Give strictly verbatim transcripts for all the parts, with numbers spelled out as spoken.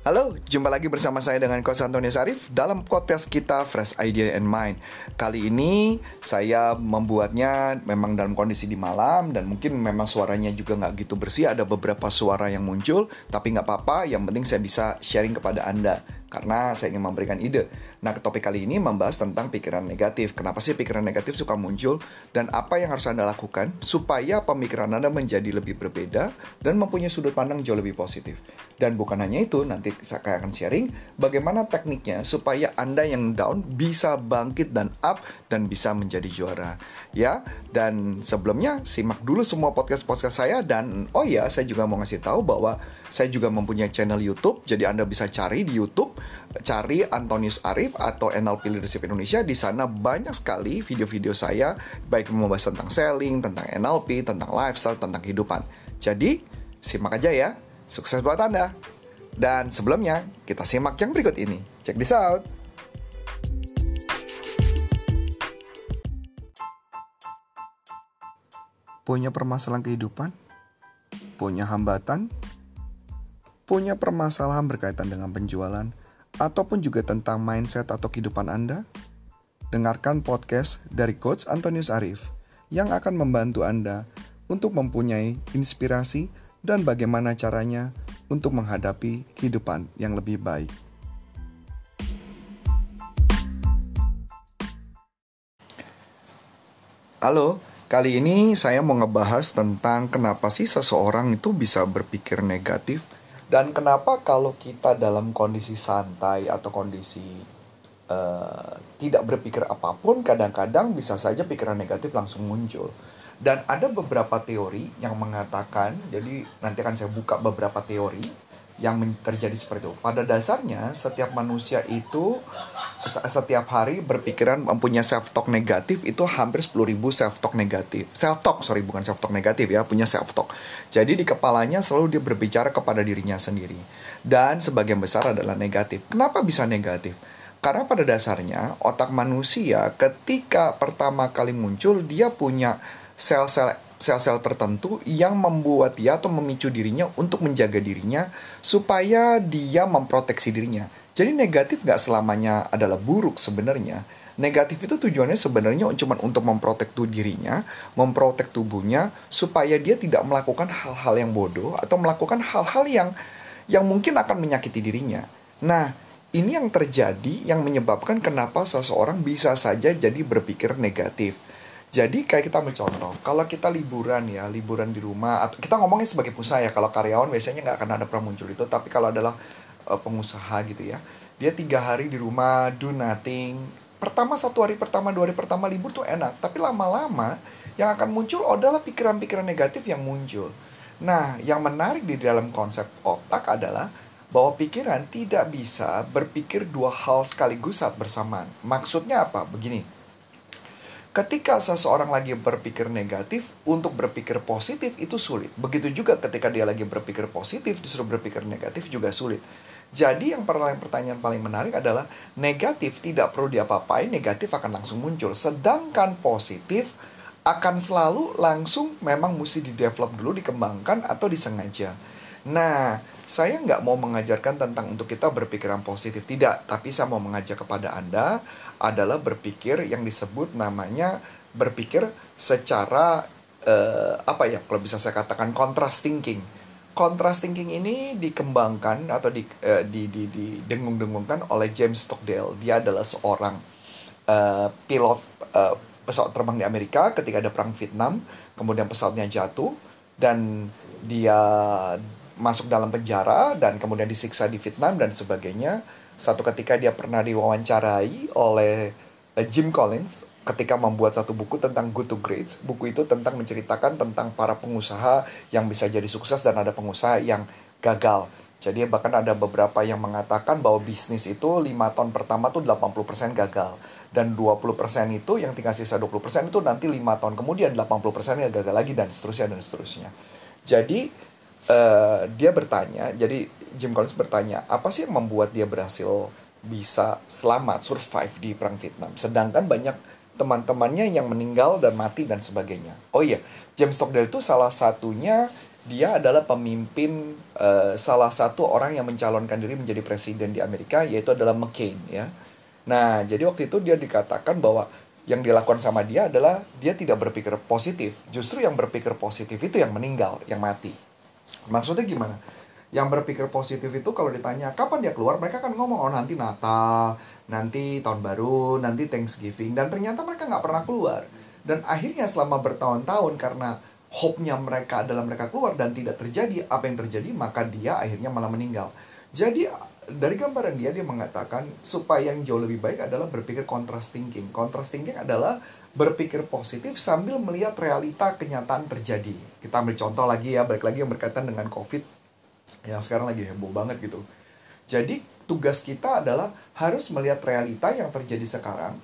Halo, jumpa lagi bersama saya dengan Coach Antonius Arif dalam podcast kita Fresh Idea and Mind. Kali ini saya membuatnya memang dalam kondisi di malam dan mungkin memang suaranya juga nggak gitu bersih. Ada beberapa suara yang muncul, tapi nggak apa-apa. Yang penting saya bisa sharing kepada Anda karena saya ingin memberikan ide. Nah, topik kali ini membahas tentang pikiran negatif. Kenapa sih pikiran negatif suka muncul dan apa yang harus Anda lakukan supaya pemikiran Anda menjadi lebih berbeda dan mempunyai sudut pandang jauh lebih positif. Dan bukan hanya itu, nanti saya akan sharing bagaimana tekniknya supaya Anda yang down bisa bangkit dan up dan bisa menjadi juara. Ya, dan sebelumnya simak dulu semua podcast-podcast saya dan oh ya, saya juga mau ngasih tahu bahwa saya juga mempunyai channel YouTube, jadi Anda bisa cari di YouTube, cari Antonius Arif atau N L P Leadership Indonesia. Di sana banyak sekali video-video saya, baik membahas tentang selling, tentang N L P, tentang lifestyle, tentang kehidupan. Jadi, simak aja ya. Sukses buat Anda. Dan sebelumnya, kita simak yang berikut ini. Check this out. Punya permasalahan kehidupan? Punya hambatan? Punya permasalahan berkaitan dengan penjualan? Ataupun juga tentang mindset atau kehidupan Anda? Dengarkan podcast dari Coach Antonius Arif yang akan membantu Anda untuk mempunyai inspirasi dan bagaimana caranya untuk menghadapi kehidupan yang lebih baik. Halo, kali ini saya mau ngebahas tentang kenapa sih seseorang itu bisa berpikir negatif dan kenapa kalau kita dalam kondisi santai atau kondisi uh, tidak berpikir apapun, kadang-kadang bisa saja pikiran negatif langsung muncul. Dan ada beberapa teori yang mengatakan, jadi nanti akan saya buka beberapa teori yang terjadi seperti itu. Pada dasarnya, setiap manusia itu setiap hari berpikiran mempunyai self-talk negatif itu hampir sepuluh ribu self-talk negatif. Self-talk, sorry, bukan self-talk negatif ya, punya self-talk. Jadi di kepalanya selalu dia berbicara kepada dirinya sendiri. Dan sebagian besar adalah negatif. Kenapa bisa negatif? Karena pada dasarnya, otak manusia ketika pertama kali muncul, dia punya sel-sel sel-sel tertentu yang membuat dia atau memicu dirinya untuk menjaga dirinya supaya dia memproteksi dirinya. Jadi negatif gak selamanya adalah buruk sebenarnya. Negatif itu tujuannya sebenarnya cuma untuk memprotek dirinya, memprotek tubuhnya supaya dia tidak melakukan hal-hal yang bodoh atau melakukan hal-hal yang yang mungkin akan menyakiti dirinya. Nah, ini yang terjadi yang menyebabkan kenapa seseorang bisa saja jadi berpikir negatif. Jadi kayak kita ambil contoh, kalau kita liburan ya, liburan di rumah, atau kita ngomongnya sebagai pengusaha ya, kalau karyawan biasanya nggak akan ada pernah muncul itu, tapi kalau adalah uh, pengusaha gitu ya, dia tiga hari di rumah, do nothing. Pertama, satu hari pertama, dua hari pertama libur tuh enak, tapi lama-lama yang akan muncul adalah pikiran-pikiran negatif yang muncul. Nah, yang menarik di dalam konsep otak adalah bahwa pikiran tidak bisa berpikir dua hal sekaligus saat bersamaan. Maksudnya apa? Begini. Ketika seseorang lagi berpikir negatif, untuk berpikir positif itu sulit. Begitu juga ketika dia lagi berpikir positif, disuruh berpikir negatif juga sulit. Jadi yang pertanyaan paling menarik adalah negatif tidak perlu diapa-apain, negatif akan langsung muncul. Sedangkan positif akan selalu langsung memang mesti di-develop dulu, dikembangkan atau disengaja. Nah, saya nggak mau mengajarkan tentang untuk kita berpikiran positif, tidak. Tapi saya mau mengajak kepada Anda adalah berpikir yang disebut namanya berpikir secara, uh, apa ya, kalau bisa saya katakan contrast thinking. Contrast thinking ini dikembangkan atau di, uh, di, di, di dengung-dengungkan oleh James Stockdale. Dia adalah seorang uh, pilot uh, pesawat terbang di Amerika ketika ada perang Vietnam. Kemudian pesawatnya jatuh dan dia masuk dalam penjara dan kemudian disiksa di Vietnam dan sebagainya. Satu ketika dia pernah diwawancarai oleh uh, Jim Collins ketika membuat satu buku tentang Good to Great. Buku itu tentang menceritakan tentang para pengusaha yang bisa jadi sukses dan ada pengusaha yang gagal. Jadi bahkan ada beberapa yang mengatakan bahwa bisnis itu lima tahun pertama tuh delapan puluh persen gagal. Dan dua puluh persen itu yang tinggal sisa dua puluh persen itu nanti lima tahun kemudian delapan puluh persen ya gagal lagi dan seterusnya dan seterusnya. Jadi Uh, dia bertanya, jadi Jim Collins bertanya, apa sih yang membuat dia berhasil bisa selamat, survive di perang Vietnam, sedangkan banyak teman-temannya yang meninggal dan mati dan sebagainya. Oh iya, James Stockdale itu salah satunya Dia adalah pemimpin eh, salah satu orang yang mencalonkan diri menjadi presiden di Amerika, yaitu adalah McCain ya. Nah, jadi waktu itu dia dikatakan bahwa yang dilakukan sama dia adalah dia tidak berpikir positif. Justru yang berpikir positif itu yang meninggal, yang mati. Maksudnya gimana? Yang berpikir positif itu kalau ditanya kapan dia keluar, mereka kan ngomong, oh nanti Natal, nanti Tahun Baru, nanti Thanksgiving. Dan ternyata mereka nggak pernah keluar. Dan akhirnya selama bertahun-tahun karena hope-nya mereka adalah mereka keluar dan tidak terjadi apa yang terjadi, maka dia akhirnya malah meninggal. Jadi dari gambaran dia, dia mengatakan supaya yang jauh lebih baik adalah berpikir contrast thinking. Contrast thinking adalah berpikir positif sambil melihat realita kenyataan terjadi. Kita ambil contoh lagi ya, balik lagi yang berkaitan dengan COVID yang sekarang lagi heboh banget gitu. Jadi tugas kita adalah harus melihat realita yang terjadi sekarang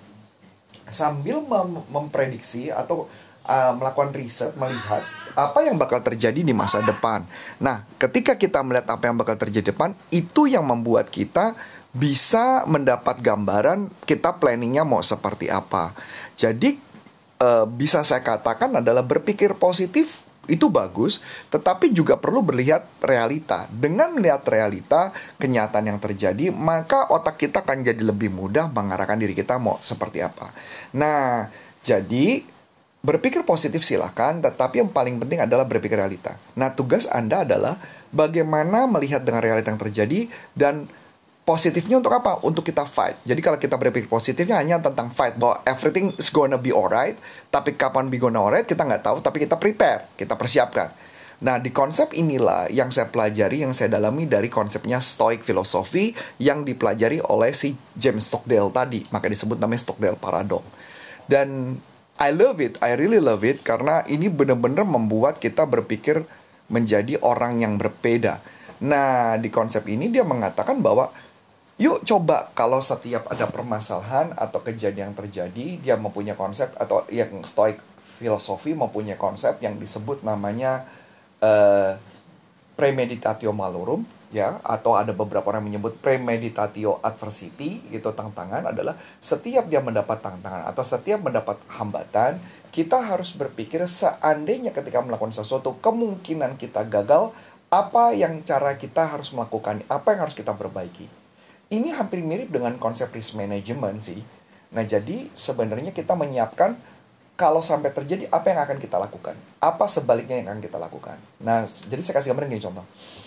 sambil mem memprediksi atau uh, melakukan riset, melihat apa yang bakal terjadi di masa depan. Nah, ketika kita melihat apa yang bakal terjadi di depan, itu yang membuat kita bisa mendapat gambaran kita planningnya mau seperti apa. Jadi uh, bisa saya katakan adalah berpikir positif itu bagus, tetapi juga perlu melihat realita. Dengan melihat realita, kenyataan yang terjadi, maka otak kita akan jadi lebih mudah mengarahkan diri kita mau seperti apa. Nah, jadi berpikir positif silakan, tetapi yang paling penting adalah berpikir realita. Nah, tugas Anda adalah bagaimana melihat dengan realita yang terjadi dan positifnya untuk apa? Untuk kita fight. Jadi kalau kita berpikir positifnya hanya tentang fight, bahwa everything is gonna be alright, tapi kapan be gonna alright kita nggak tahu, tapi kita prepare, kita persiapkan. Nah, di konsep inilah yang saya pelajari, yang saya dalami dari konsepnya Stoic Philosophy yang dipelajari oleh si James Stockdale tadi, maka disebut namanya Stockdale Paradox. Dan I love it, I really love it, karena ini benar-benar membuat kita berpikir menjadi orang yang berbeda. Nah, di konsep ini dia mengatakan bahwa yuk coba kalau setiap ada permasalahan atau kejadian yang terjadi, dia mempunyai konsep, atau yang Stoic Philosophy mempunyai konsep yang disebut namanya uh, premeditatio malorum, ya, atau ada beberapa orang menyebut premeditatio adversity, gitu. Tantangan adalah setiap dia mendapat tantangan atau setiap mendapat hambatan, kita harus berpikir seandainya ketika melakukan sesuatu kemungkinan kita gagal, apa yang cara kita harus melakukan, apa yang harus kita perbaiki. Ini hampir mirip dengan konsep risk management sih. Nah, jadi sebenarnya kita menyiapkan kalau sampai terjadi apa yang akan kita lakukan, apa sebaliknya yang akan kita lakukan. Nah, jadi saya kasih gambaran gini contoh.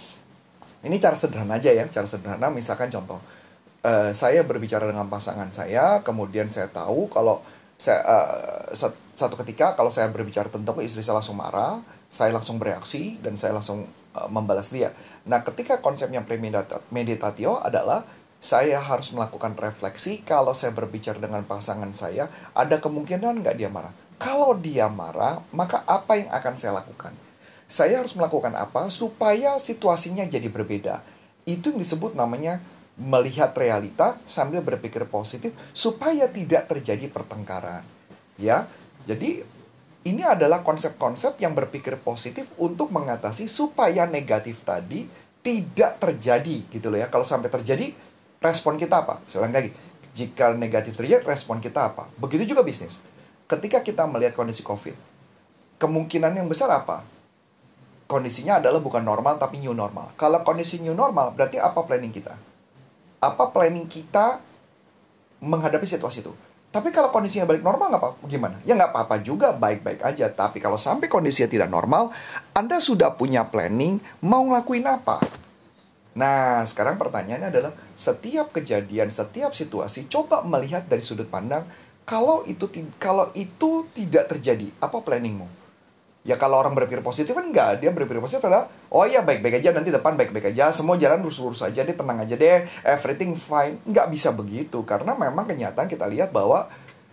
Ini cara sederhana aja ya, cara sederhana. Misalkan contoh, uh, saya berbicara dengan pasangan saya, kemudian saya tahu kalau saya uh, satu ketika kalau saya berbicara tentang istri saya langsung marah, saya langsung bereaksi dan saya langsung uh, membalas dia. Nah, ketika konsepnya premeditatio adalah saya harus melakukan refleksi. Kalau saya berbicara dengan pasangan saya, ada kemungkinan nggak dia marah? Kalau dia marah, maka apa yang akan saya lakukan? Saya harus melakukan apa supaya situasinya jadi berbeda? Itu yang disebut namanya melihat realita sambil berpikir positif supaya tidak terjadi pertengkaran. Ya, jadi ini adalah konsep-konsep yang berpikir positif untuk mengatasi supaya negatif tadi tidak terjadi, gitu loh ya. Kalau sampai terjadi, respon kita apa? Saya ulang lagi, jika negatif terjadi, respon kita apa? Begitu juga bisnis. Ketika kita melihat kondisi COVID, kemungkinan yang besar apa? Kondisinya adalah bukan normal, tapi new normal. Kalau kondisi new normal, berarti apa planning kita? Apa planning kita menghadapi situasi itu? Tapi kalau kondisinya balik normal, nggak apa, gimana? Ya nggak apa-apa juga, baik-baik aja. Tapi kalau sampai kondisinya tidak normal, Anda sudah punya planning, mau ngelakuin apa? Nah, sekarang pertanyaannya adalah setiap kejadian, setiap situasi, coba melihat dari sudut pandang, kalau itu kalau itu tidak terjadi, apa planningmu? Ya kalau orang berpikir positif kan enggak, dia berpikir positif adalah, oh ya baik-baik aja, nanti depan baik-baik aja, semua jalan lurus-lurus aja deh, tenang aja deh, everything fine. Nggak bisa begitu, karena memang kenyataan kita lihat bahwa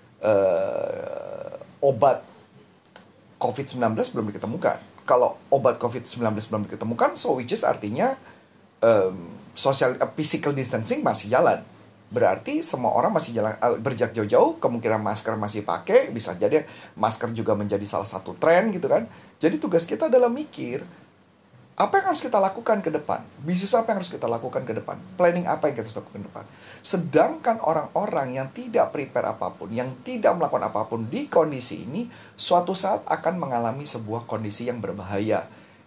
uh, obat covid sembilan belas belum diketemukan. Kalau obat covid sembilan belas belum diketemukan, so which is artinya Um, social uh, physical distancing masih jalan. Berarti semua orang masih jalan uh, berjarak jauh-jauh, kemungkinan masker masih pakai, bisa jadi masker juga menjadi salah satu tren gitu kan. Jadi tugas kita adalah mikir apa yang harus kita lakukan ke depan, bisnis apa yang harus kita lakukan ke depan, planning apa yang kita harus lakukan ke depan. Sedangkan orang-orang yang tidak prepare apapun, yang tidak melakukan apapun di kondisi ini, suatu saat akan mengalami sebuah kondisi yang berbahaya.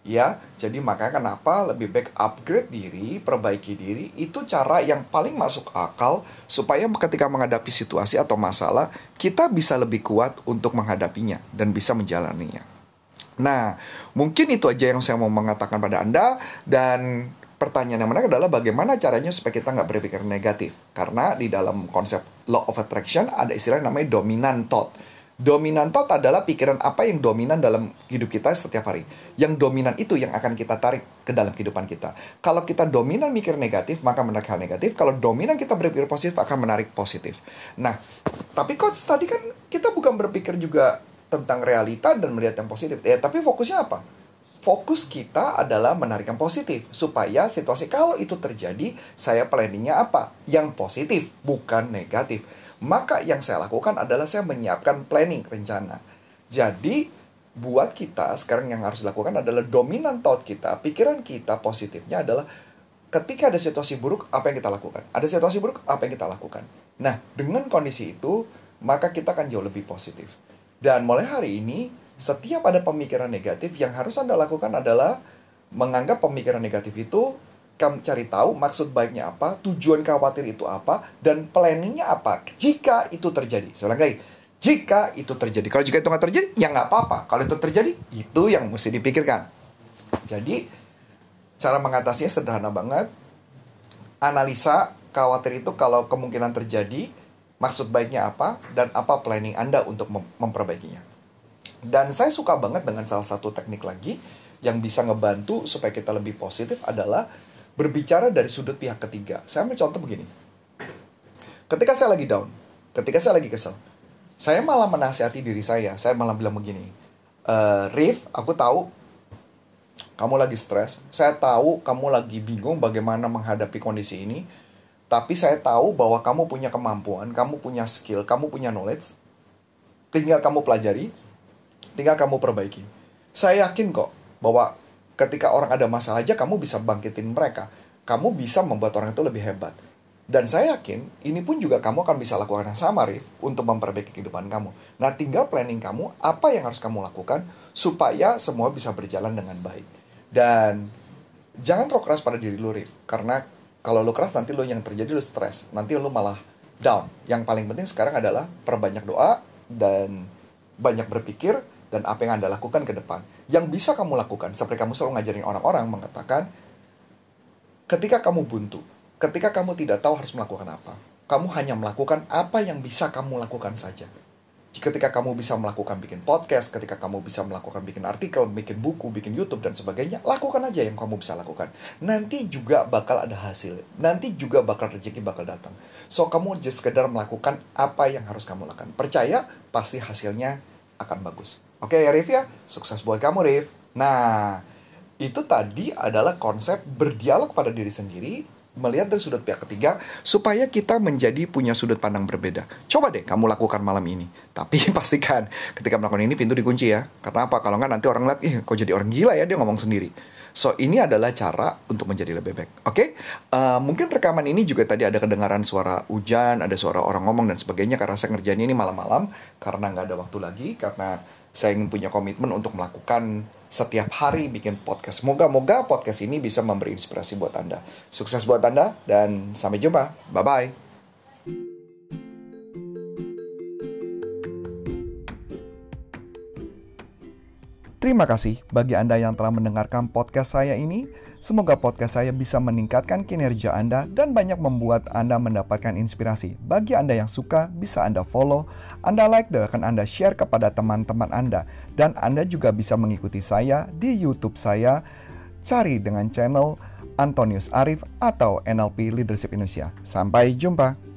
Ya, jadi makanya kenapa lebih baik upgrade diri, perbaiki diri, itu cara yang paling masuk akal supaya ketika menghadapi situasi atau masalah, kita bisa lebih kuat untuk menghadapinya dan bisa menjalaninya. Nah, mungkin itu aja yang saya mau mengatakan pada Anda. Dan pertanyaan yang menarik adalah bagaimana caranya supaya kita nggak berpikir negatif. Karena di dalam konsep law of attraction ada istilah yang namanya dominant thought. Dominant thought adalah pikiran apa yang dominan dalam hidup kita setiap hari. Yang dominan itu yang akan kita tarik ke dalam kehidupan kita. Kalau kita dominan mikir negatif, maka menarik hal negatif. Kalau dominan kita berpikir positif, akan menarik positif. Nah, tapi coach tadi kan kita bukan berpikir juga tentang realita dan melihat yang positif. Ya, tapi fokusnya apa? Fokus kita adalah menarik yang positif. Supaya situasi kalau itu terjadi, saya planningnya apa? Yang positif, bukan negatif. Maka yang saya lakukan adalah saya menyiapkan planning, rencana. Jadi, buat kita, sekarang yang harus dilakukan adalah dominant thought kita, pikiran kita positifnya adalah ketika ada situasi buruk, apa yang kita lakukan? Ada situasi buruk, apa yang kita lakukan? Nah, dengan kondisi itu, maka kita akan jauh lebih positif. Dan mulai hari ini, setiap ada pemikiran negatif, yang harus Anda lakukan adalah menganggap pemikiran negatif itu, kamu cari tahu maksud baiknya apa, tujuan khawatir itu apa, dan planningnya apa jika itu terjadi. Saya ulang lagi, jika itu terjadi. Kalau jika itu nggak terjadi, ya nggak apa-apa. Kalau itu terjadi, itu yang mesti dipikirkan. Jadi, cara mengatasinya sederhana banget. Analisa khawatir itu kalau kemungkinan terjadi, maksud baiknya apa, dan apa planning Anda untuk mem- memperbaikinya. Dan saya suka banget dengan salah satu teknik lagi yang bisa ngebantu supaya kita lebih positif adalah berbicara dari sudut pihak ketiga. Saya ambil contoh begini. Ketika saya lagi down, ketika saya lagi kesel, saya malah menasihati diri saya. Saya malah bilang begini, e, Rif, aku tahu kamu lagi stres. Saya tahu kamu lagi bingung bagaimana menghadapi kondisi ini. Tapi saya tahu bahwa kamu punya kemampuan, kamu punya skill, kamu punya knowledge. Tinggal kamu pelajari, tinggal kamu perbaiki. Saya yakin kok bahwa ketika orang ada masalah aja kamu bisa bangkitin mereka. Kamu bisa membuat orang itu lebih hebat. Dan saya yakin ini pun juga kamu akan bisa lakukan yang sama, Rif, untuk memperbaiki kehidupan kamu. Nah, tinggal planning kamu, apa yang harus kamu lakukan supaya semua bisa berjalan dengan baik. Dan jangan terlalu keras pada diri lu, Rif. Karena kalau lu keras nanti lu yang terjadi lu stres. Nanti lu malah down. Yang paling penting sekarang adalah perbanyak doa dan banyak berpikir dan apa yang Anda lakukan ke depan. Yang bisa kamu lakukan, seperti kamu selalu ngajarin orang-orang mengatakan, ketika kamu buntu, ketika kamu tidak tahu harus melakukan apa, kamu hanya melakukan apa yang bisa kamu lakukan saja. Ketika kamu bisa melakukan bikin podcast, ketika kamu bisa melakukan bikin artikel, bikin buku, bikin YouTube, dan sebagainya, lakukan aja yang kamu bisa lakukan. Nanti juga bakal ada hasil. Nanti juga bakal rezeki bakal datang. So, kamu just sekedar melakukan apa yang harus kamu lakukan. Percaya, pasti hasilnya akan bagus. Oke ya, Rif ya? Sukses buat kamu, Rif. Nah, itu tadi adalah konsep berdialog pada diri sendiri, melihat dari sudut pihak ketiga, supaya kita menjadi punya sudut pandang berbeda. Coba deh kamu lakukan malam ini. Tapi pastikan ketika melakukan ini pintu dikunci ya. Karena apa? Kalau nggak nanti orang lihat, ih kok jadi orang gila ya dia ngomong sendiri. So, ini adalah cara untuk menjadi lebih baik. Oke? Okay? Uh, mungkin rekaman ini juga tadi ada kedengaran suara hujan, ada suara orang ngomong dan sebagainya. Karena saya ngerjain ini malam-malam. Karena nggak ada waktu lagi. Karena saya ingin punya komitmen untuk melakukan setiap hari bikin podcast. Moga-moga podcast ini bisa memberi inspirasi buat Anda. Sukses buat Anda dan sampai jumpa. Bye-bye. Terima kasih bagi Anda yang telah mendengarkan podcast saya ini. Semoga podcast saya bisa meningkatkan kinerja Anda dan banyak membuat Anda mendapatkan inspirasi. Bagi Anda yang suka, bisa Anda follow, Anda like, dan akan Anda share kepada teman-teman Anda. Dan Anda juga bisa mengikuti saya di YouTube saya. Cari dengan channel Antonius Arif atau N L P Leadership Indonesia. Sampai jumpa.